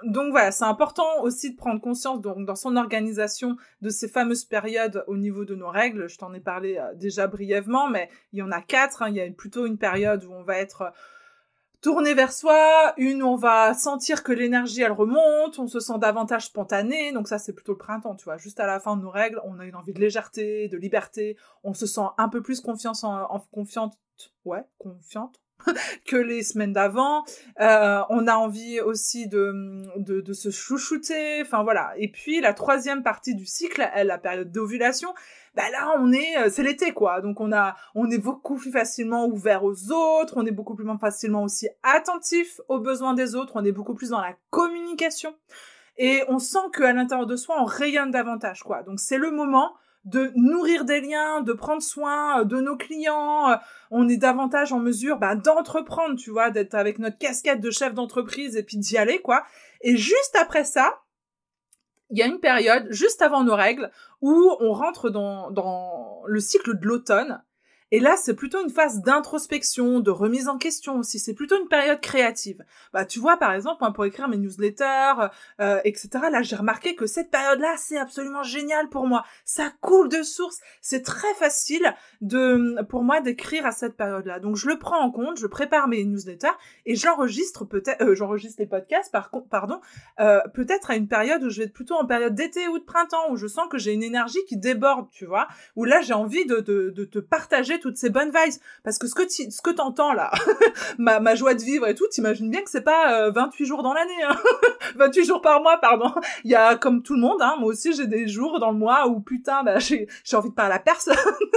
S1: donc voilà, c'est important aussi de prendre conscience donc dans son organisation de ces fameuses périodes au niveau de nos règles. Je t'en ai parlé euh, déjà brièvement, mais il y en a quatre. Hein. Il y a plutôt une période où on va être euh, tourné vers soi, une où on va sentir que l'énergie elle remonte, on se sent davantage spontané, donc ça c'est plutôt le printemps, tu vois, juste à la fin de nos règles, on a une envie de légèreté, de liberté, on se sent un peu plus confiance en, en confiante, ouais, confiante, que les semaines d'avant, euh, on a envie aussi de, de, de se chouchouter, enfin voilà, et puis la troisième partie du cycle, elle, la période d'ovulation, bah là on est c'est l'été quoi, donc on a on est beaucoup plus facilement ouvert aux autres, on est beaucoup plus facilement aussi attentif aux besoins des autres, on est beaucoup plus dans la communication et on sent qu'à l'intérieur de soi on rayonne davantage quoi. Donc c'est le moment de nourrir des liens, de prendre soin de nos clients, on est davantage en mesure bah, d'entreprendre, tu vois, d'être avec notre casquette de chef d'entreprise et puis d'y aller quoi. Et juste après ça, il y a une période, juste avant nos règles, où on rentre dans, dans le cycle de l'automne. Et là, c'est plutôt une phase d'introspection, de remise en question aussi. C'est plutôt une période créative. Bah, tu vois, par exemple, moi, pour écrire mes newsletters, euh, et cetera, là, j'ai remarqué que cette période-là, c'est absolument génial pour moi. Ça coule de source. C'est très facile de, pour moi d'écrire à cette période-là. Donc, je le prends en compte, je prépare mes newsletters et j'enregistre peut-être, euh, j'enregistre les podcasts, par contre, pardon, euh, peut-être à une période où je vais être plutôt en période d'été ou de printemps, où je sens que j'ai une énergie qui déborde, tu vois, où là, j'ai envie de, de, de te partager toutes ces bonnes vibes, parce que ce que tu, ce que t'entends là, ma, ma joie de vivre et tout, t'imagines bien que c'est pas euh, vingt-huit jours dans l'année, hein. vingt-huit jours par mois, pardon. Il y a, comme tout le monde, hein, moi aussi j'ai des jours dans le mois où putain, bah, j'ai, j'ai envie de parler à personne,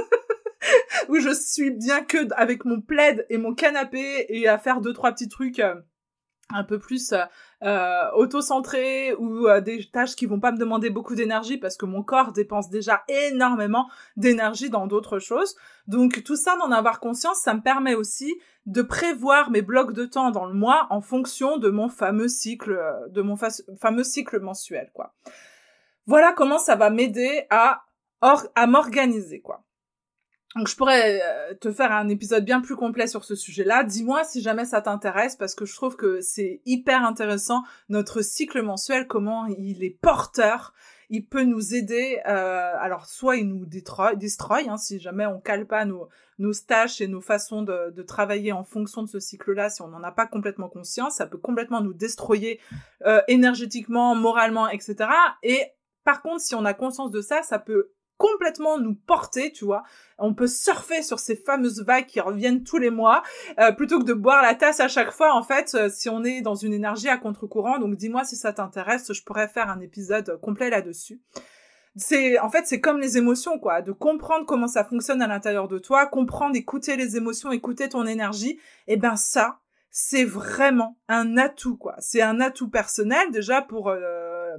S1: où je suis bien que avec mon plaid et mon canapé et à faire deux, trois petits trucs euh, un peu plus euh, auto-centrés ou euh, des tâches qui vont pas me demander beaucoup d'énergie parce que mon corps dépense déjà énormément d'énergie dans d'autres choses. Donc tout ça, d'en avoir conscience, ça me permet aussi de prévoir mes blocs de temps dans le mois en fonction de mon fameux cycle, de mon fa- fameux cycle mensuel, quoi. Voilà comment ça va m'aider à, or- à m'organiser, quoi. Donc je pourrais te faire un épisode bien plus complet sur ce sujet-là. Dis-moi si jamais ça t'intéresse, parce que je trouve que c'est hyper intéressant, notre cycle mensuel, comment il est porteur. Il peut nous aider, euh, alors soit il nous détruit, destroy, hein, si jamais on cale pas nos, nos tâches et nos façons de, de travailler en fonction de ce cycle-là, si on n'en a pas complètement conscience, ça peut complètement nous destroyer euh, énergétiquement, moralement, et cetera. Et par contre, si on a conscience de ça, ça peut complètement nous porter, tu vois. On peut surfer sur ces fameuses vagues qui reviennent tous les mois, euh, plutôt que de boire la tasse à chaque fois, en fait, euh, si on est dans une énergie à contre-courant. Donc, dis-moi si ça t'intéresse, je pourrais faire un épisode complet là-dessus. C'est, en fait, c'est comme les émotions, quoi, de comprendre comment ça fonctionne à l'intérieur de toi, comprendre, écouter les émotions, écouter ton énergie. Et ben ça, c'est vraiment un atout, quoi. C'est un atout personnel, déjà, pour... Euh,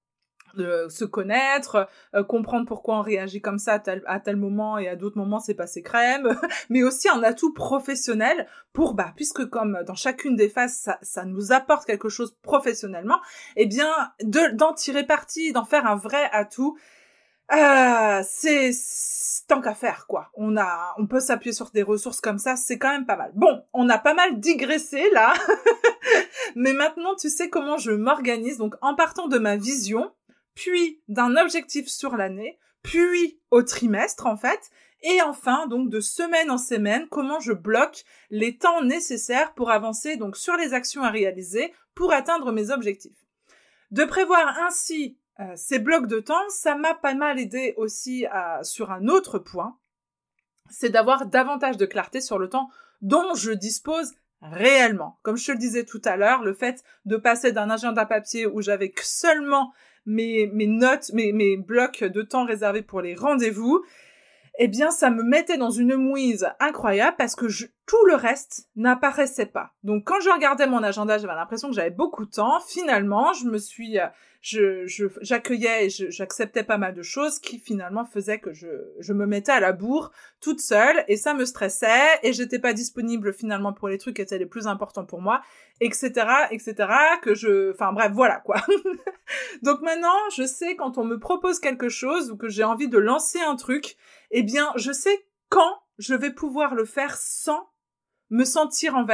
S1: de se connaître, euh, comprendre pourquoi on réagit comme ça à tel, à tel moment et à d'autres moments c'est passé crème, mais aussi un atout professionnel pour, bah, puisque comme dans chacune des phases ça, ça nous apporte quelque chose professionnellement, eh bien, de, d'en tirer parti, d'en faire un vrai atout, euh, c'est, c'est tant qu'à faire, quoi. On a, on peut s'appuyer sur des ressources comme ça, c'est quand même pas mal. Bon, on a pas mal digressé, là, mais maintenant tu sais comment je m'organise, donc en partant de ma vision, puis d'un objectif sur l'année, puis au trimestre en fait, et enfin donc de semaine en semaine, comment je bloque les temps nécessaires pour avancer donc sur les actions à réaliser pour atteindre mes objectifs. De prévoir ainsi euh, ces blocs de temps, ça m'a pas mal aidé aussi à, sur un autre point, c'est d'avoir davantage de clarté sur le temps dont je dispose réellement. Comme je te le disais tout à l'heure, le fait de passer d'un agenda papier où j'avais que seulement mes, mes notes, mes, mes blocs de temps réservés pour les rendez-vous, eh bien, ça me mettait dans une mouise incroyable parce que je, tout le reste n'apparaissait pas. Donc, quand je regardais mon agenda, j'avais l'impression que j'avais beaucoup de temps. Finalement, je me suis, je, je, j'accueillais et je, j'acceptais pas mal de choses qui finalement faisaient que je, je me mettais à la bourre toute seule et ça me stressait et j'étais pas disponible finalement pour les trucs qui étaient les plus importants pour moi, et cetera, et cetera, que je, enfin bref, voilà quoi. Donc maintenant, je sais quand on me propose quelque chose ou que j'ai envie de lancer un truc, eh bien, je sais quand je vais pouvoir le faire sans me sentir envahie,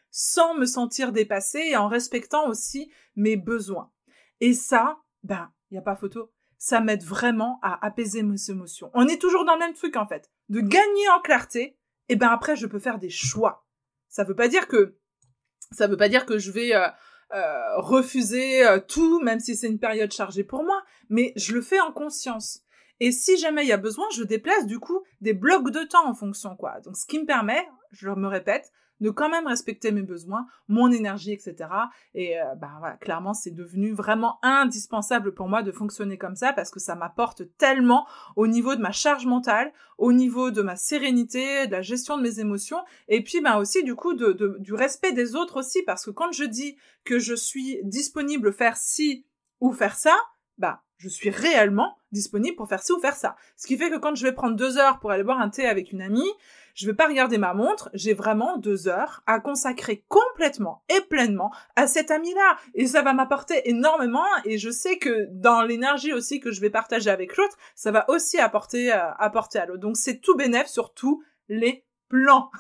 S1: sans me sentir dépassée et en respectant aussi mes besoins. Et ça, ben, y a pas photo. Ça m'aide vraiment à apaiser mes émotions. On est toujours dans le même truc, en fait. De gagner en clarté, et ben après, je peux faire des choix. Ça veut pas dire que, ça veut pas dire que je vais, euh, euh, refuser euh, tout, même si c'est une période chargée pour moi, mais je le fais en conscience. Et si jamais il y a besoin, je déplace, du coup, des blocs de temps en fonction, quoi. Donc, ce qui me permet, je me répète, de quand même respecter mes besoins, mon énergie, et cetera. Et euh, ben voilà, clairement, c'est devenu vraiment indispensable pour moi de fonctionner comme ça parce que ça m'apporte tellement au niveau de ma charge mentale, au niveau de ma sérénité, de la gestion de mes émotions, et puis ben aussi du coup de, de, du respect des autres aussi, parce que quand je dis que je suis disponible faire ci ou faire ça, bah je suis réellement disponible pour faire ci ou faire ça. Ce qui fait que quand je vais prendre deux heures pour aller boire un thé avec une amie, je vais pas regarder ma montre, j'ai vraiment deux heures à consacrer complètement et pleinement à cet ami-là. Et ça va m'apporter énormément, et je sais que dans l'énergie aussi que je vais partager avec l'autre, ça va aussi apporter, euh, apporter à l'autre. Donc c'est tout bénef sur tous les plans.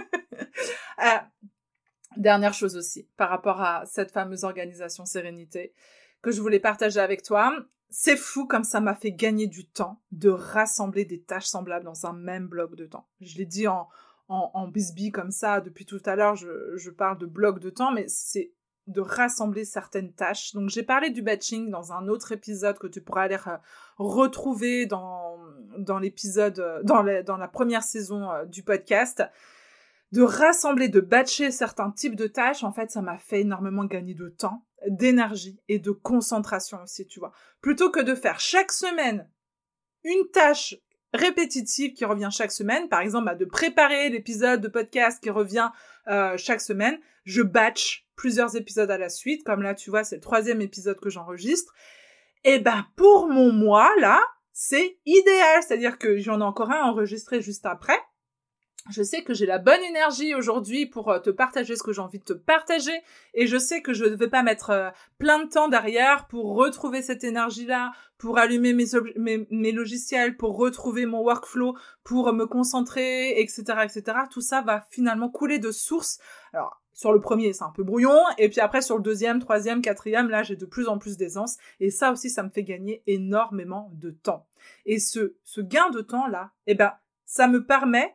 S1: euh, dernière chose aussi, par rapport à cette fameuse organisation Sérénité, que je voulais partager avec toi. C'est fou comme ça m'a fait gagner du temps de rassembler des tâches semblables dans un même bloc de temps. Je l'ai dit en, en, en bisbille comme ça, depuis tout à l'heure, je, je parle de bloc de temps, mais c'est de rassembler certaines tâches. Donc j'ai parlé du batching dans un autre épisode que tu pourras aller euh, retrouver dans, dans l'épisode, dans, les, dans la première saison euh, du podcast. De rassembler, de batcher certains types de tâches, en fait, ça m'a fait énormément gagner de temps, d'énergie et de concentration aussi, tu vois. Plutôt que de faire chaque semaine une tâche répétitive qui revient chaque semaine, par exemple, bah, de préparer l'épisode de podcast qui revient euh, chaque semaine, je batch plusieurs épisodes à la suite, comme là, tu vois, c'est le troisième épisode que j'enregistre. Et ben, pour mon mois, là, c'est idéal, c'est-à-dire que j'en ai encore un enregistré juste après. Je sais que j'ai la bonne énergie aujourd'hui pour te partager ce que j'ai envie de te partager, et je sais que je ne vais pas mettre euh, plein de temps derrière pour retrouver cette énergie-là, pour allumer mes, ob- mes, mes logiciels, pour retrouver mon workflow, pour me concentrer, et cetera, et cetera. Tout ça va finalement couler de source. Alors, sur le premier, c'est un peu brouillon, et puis après, sur le deuxième, troisième, quatrième, là, j'ai de plus en plus d'aisance, et ça aussi, ça me fait gagner énormément de temps. Et ce, ce gain de temps-là, eh ben, ça me permet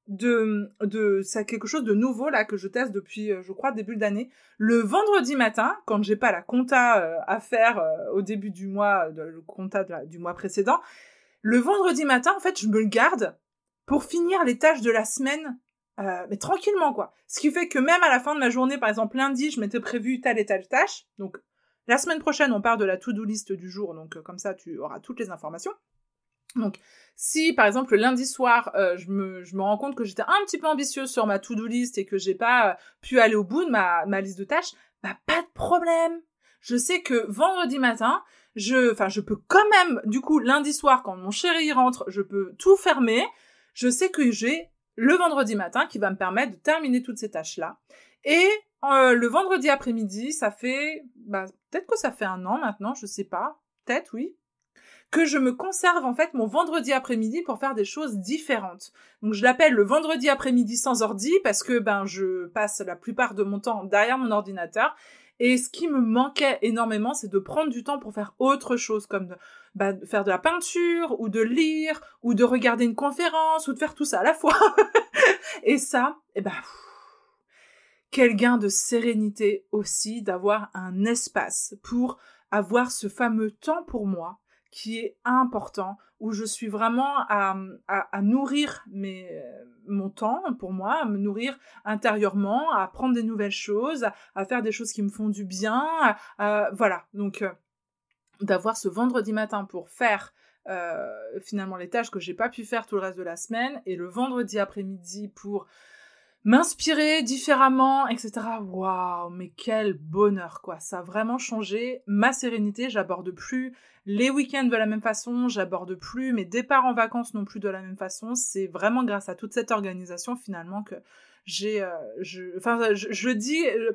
S1: de de c'est quelque chose de nouveau là que je teste depuis je crois début d'année. Le vendredi matin, quand j'ai pas la compta euh, à faire euh, au début du mois, de, le compta de la, du mois précédent, le vendredi matin en fait je me le garde pour finir les tâches de la semaine, euh, mais tranquillement quoi. Ce qui fait que même à la fin de ma journée, par exemple lundi, je m'étais prévu telle et telle tâche. Donc la semaine prochaine on part de la to-do list du jour, donc euh, comme ça tu auras toutes les informations. Donc, si, par exemple, le lundi soir, euh, je me, je me rends compte que j'étais un petit peu ambitieuse sur ma to-do list et que j'ai pas euh, pu aller au bout de ma, ma liste de tâches, bah, pas de problème. Je sais que vendredi matin, je, enfin, je peux quand même, du coup, lundi soir, quand mon chéri rentre, je peux tout fermer. Je sais que j'ai le vendredi matin qui va me permettre de terminer toutes ces tâches-là. Et euh, le vendredi après-midi, ça fait, bah, peut-être que ça fait un an maintenant, je sais pas. Peut-être, oui. Que je me conserve en fait mon vendredi après-midi pour faire des choses différentes. Donc je l'appelle le vendredi après-midi sans ordi parce que ben je passe la plupart de mon temps derrière mon ordinateur, et ce qui me manquait énormément, c'est de prendre du temps pour faire autre chose, comme de, bah, de faire de la peinture ou de lire ou de regarder une conférence ou de faire tout ça à la fois. Et ça, eh ben pff, quel gain de sérénité aussi d'avoir un espace pour avoir ce fameux temps pour moi qui est important, où je suis vraiment à, à, à nourrir mes, mon temps pour moi, à me nourrir intérieurement, à apprendre des nouvelles choses, à, à faire des choses qui me font du bien, à, à, voilà. Donc, euh, d'avoir ce vendredi matin pour faire euh, finalement les tâches que j'ai pas pu faire tout le reste de la semaine, et le vendredi après-midi pour m'inspirer différemment, et cetera. Waouh, mais quel bonheur, quoi. Ça a vraiment changé ma sérénité. J'aborde plus les week-ends de la même façon, j'aborde plus mes départs en vacances non plus de la même façon. C'est vraiment grâce à toute cette organisation, finalement, que j'ai... Euh, je, enfin, je, je dis... Euh,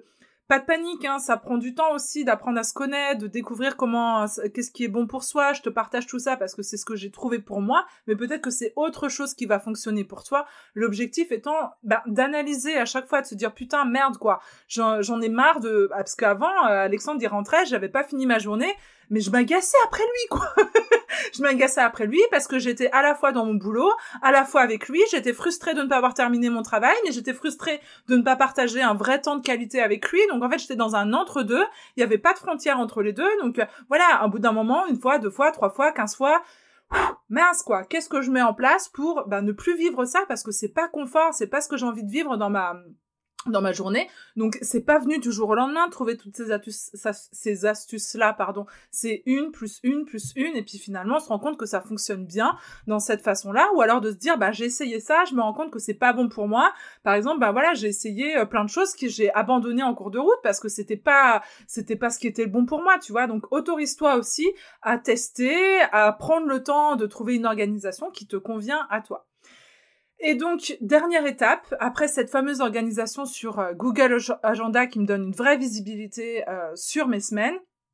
S1: pas de panique, hein, ça prend du temps aussi d'apprendre à se connaître, de découvrir comment, qu'est-ce qui est bon pour soi. Je te partage tout ça parce que c'est ce que j'ai trouvé pour moi, mais peut-être que c'est autre chose qui va fonctionner pour toi. L'objectif étant ben, d'analyser à chaque fois, de se dire putain merde quoi, j'en, j'en ai marre de, parce qu'avant euh, Alexandre il rentrait, j'avais pas fini ma journée, mais je m'agaçais après lui quoi. Je m'agaçais après lui parce que j'étais à la fois dans mon boulot, à la fois avec lui, j'étais frustrée de ne pas avoir terminé mon travail, mais j'étais frustrée de ne pas partager un vrai temps de qualité avec lui. Donc en fait, j'étais dans un entre-deux, il y avait pas de frontière entre les deux. Donc euh, voilà, au bout d'un moment, une fois, deux fois, trois fois, quinze fois, pff, mince quoi, qu'est-ce que je mets en place pour bah, ne plus vivre ça parce que c'est pas confort, c'est pas ce que j'ai envie de vivre dans ma dans ma journée. Donc c'est pas venu du jour au lendemain trouver toutes ces astuces ces astuces là pardon, c'est une plus une plus une et puis finalement on se rend compte que ça fonctionne bien dans cette façon-là, ou alors de se dire bah j'ai essayé ça, je me rends compte que c'est pas bon pour moi. Par exemple, bah voilà, j'ai essayé euh, plein de choses que j'ai abandonnées en cours de route parce que c'était pas c'était pas ce qui était le bon pour moi, tu vois. Donc autorise-toi aussi à tester, à prendre le temps de trouver une organisation qui te convient à toi. Et donc, dernière étape, après cette fameuse organisation sur euh, Google Agenda qui me donne une vraie visibilité euh, sur mes semaines,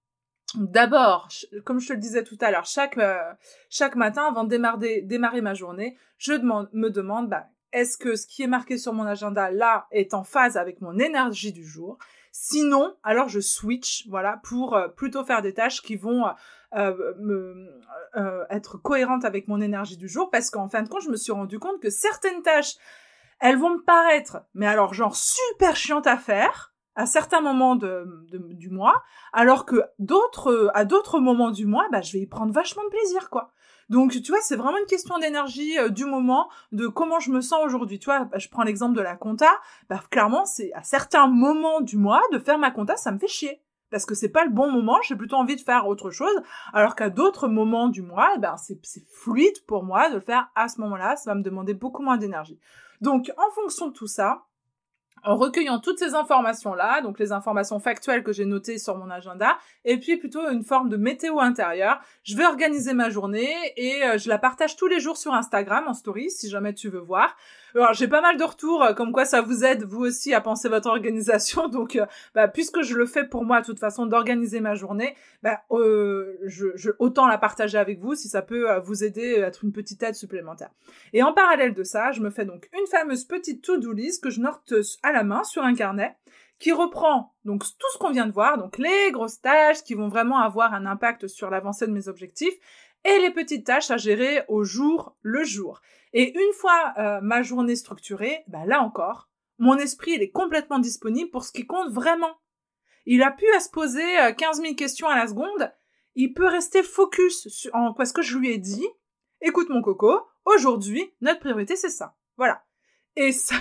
S1: d'abord, comme je te le disais tout à l'heure, chaque, euh, chaque matin, avant de démarrer, démarrer ma journée, je demande, me demande, bah, est-ce que ce qui est marqué sur mon agenda là est en phase avec mon énergie du jour ? Sinon, alors je switch, voilà, pour euh, plutôt faire des tâches qui vont euh, me, euh, être cohérentes avec mon énergie du jour, parce qu'en fin de compte, je me suis rendu compte que certaines tâches, elles vont me paraître, mais alors genre super chiantes à faire, à certains moments de, de, du mois, alors que d'autres, à d'autres moments du mois, bah je vais y prendre vachement de plaisir, quoi. Donc, tu vois, c'est vraiment une question d'énergie euh, du moment, de comment je me sens aujourd'hui. Tu vois, bah, je prends l'exemple de la compta. Bah, clairement, c'est à certains moments du mois, de faire ma compta, ça me fait chier. Parce que c'est pas le bon moment, j'ai plutôt envie de faire autre chose. Alors qu'à d'autres moments du mois, eh ben, c'est, c'est fluide pour moi de le faire à ce moment-là. Ça va me demander beaucoup moins d'énergie. Donc, en fonction de tout ça, en recueillant toutes ces informations-là, donc les informations factuelles que j'ai notées sur mon agenda, et puis plutôt une forme de météo intérieure, je vais organiser ma journée et euh, je la partage tous les jours sur Instagram en story, si jamais tu veux voir. Alors, j'ai pas mal de retours, euh, comme quoi ça vous aide, vous aussi, à penser votre organisation, donc euh, bah, puisque je le fais pour moi, de toute façon, d'organiser ma journée, bah, euh, je, je, autant la partager avec vous, si ça peut euh, vous aider à être une petite aide supplémentaire. Et en parallèle de ça, je me fais donc une fameuse petite to-do list que je note à la main sur un carnet, qui reprend donc tout ce qu'on vient de voir, donc les grosses tâches qui vont vraiment avoir un impact sur l'avancée de mes objectifs, et les petites tâches à gérer au jour le jour. Et une fois euh, ma journée structurée, bah là encore, mon esprit il est complètement disponible pour ce qui compte vraiment. Il a pu à se poser euh, quinze mille questions à la seconde, il peut rester focus sur en parce que je lui ai dit, écoute mon coco, aujourd'hui notre priorité c'est ça. Voilà. Et ça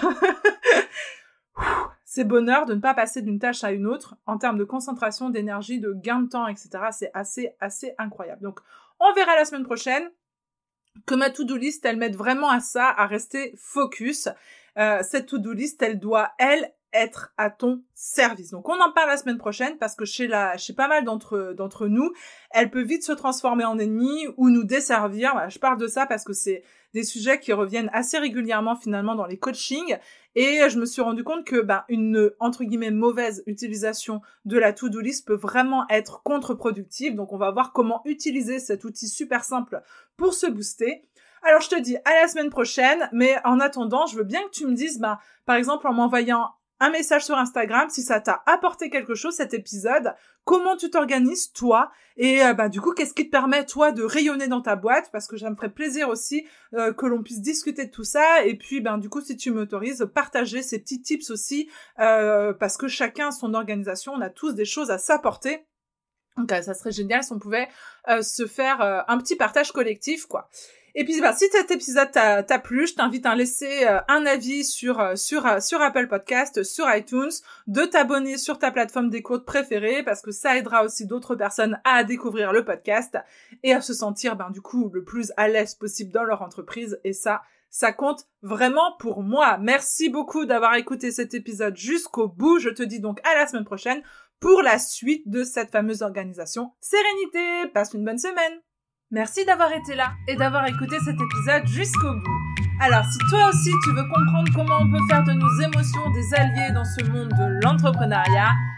S1: c'est bonheur de ne pas passer d'une tâche à une autre en termes de concentration, d'énergie, de gain de temps, et cetera. C'est assez, assez incroyable. Donc, on verra la semaine prochaine que ma to-do list, elle m'aide vraiment à ça, à rester focus. Euh, cette to-do list, elle doit, elle, être à ton service. Donc, on en parle la semaine prochaine parce que chez la, chez pas mal d'entre, d'entre nous, elle peut vite se transformer en ennemi ou nous desservir. Voilà, je parle de ça parce que c'est des sujets qui reviennent assez régulièrement finalement dans les coachings. Et je me suis rendu compte que bah, une, entre guillemets, mauvaise utilisation de la to-do list peut vraiment être contre-productive. Donc, on va voir comment utiliser cet outil super simple pour se booster. Alors, je te dis à la semaine prochaine. Mais en attendant, je veux bien que tu me dises, bah, par exemple, en m'envoyant un message sur Instagram, si ça t'a apporté quelque chose, cet épisode, comment tu t'organises, toi, et euh, bah du coup, qu'est-ce qui te permet, toi, de rayonner dans ta boîte, parce que ça me ferait plaisir aussi euh, que l'on puisse discuter de tout ça, et puis, ben du coup, si tu m'autorises, partager ces petits tips aussi, euh, parce que chacun a son organisation, on a tous des choses à s'apporter, donc euh, ça serait génial si on pouvait euh, se faire euh, un petit partage collectif, quoi. Et puis, bah, si cet épisode t'a, t'a plu, je t'invite à laisser euh, un avis sur, euh, sur, euh, sur Apple Podcast, sur iTunes, de t'abonner sur ta plateforme d'écoute préférée, parce que ça aidera aussi d'autres personnes à découvrir le podcast et à se sentir, ben, du coup, le plus à l'aise possible dans leur entreprise. Et ça, ça compte vraiment pour moi. Merci beaucoup d'avoir écouté cet épisode jusqu'au bout. Je te dis donc à la semaine prochaine pour la suite de cette fameuse organisation Sérénité. Passe une bonne semaine. Merci d'avoir été là et d'avoir écouté cet épisode jusqu'au bout. Alors, si toi aussi tu veux comprendre comment on peut faire de nos émotions des alliés dans ce monde de l'entrepreneuriat,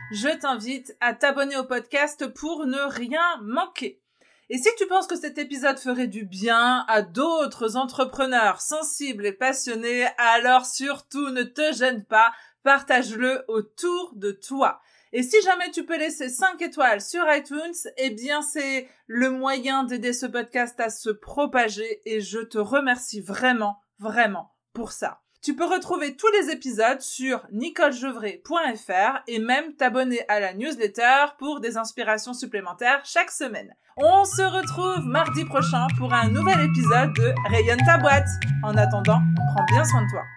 S1: je t'invite à t'abonner au podcast pour ne rien manquer. Et si tu penses que cet épisode ferait du bien à d'autres entrepreneurs sensibles et passionnés, alors surtout ne te gêne pas, partage-le autour de toi. Et si jamais tu peux laisser cinq étoiles sur iTunes, eh bien c'est le moyen d'aider ce podcast à se propager et je te remercie vraiment, vraiment pour ça. Tu peux retrouver tous les épisodes sur nicole gevrey point f r et même t'abonner à la newsletter pour des inspirations supplémentaires chaque semaine. On se retrouve mardi prochain pour un nouvel épisode de Rayonne ta boîte. En attendant, prends bien soin de toi.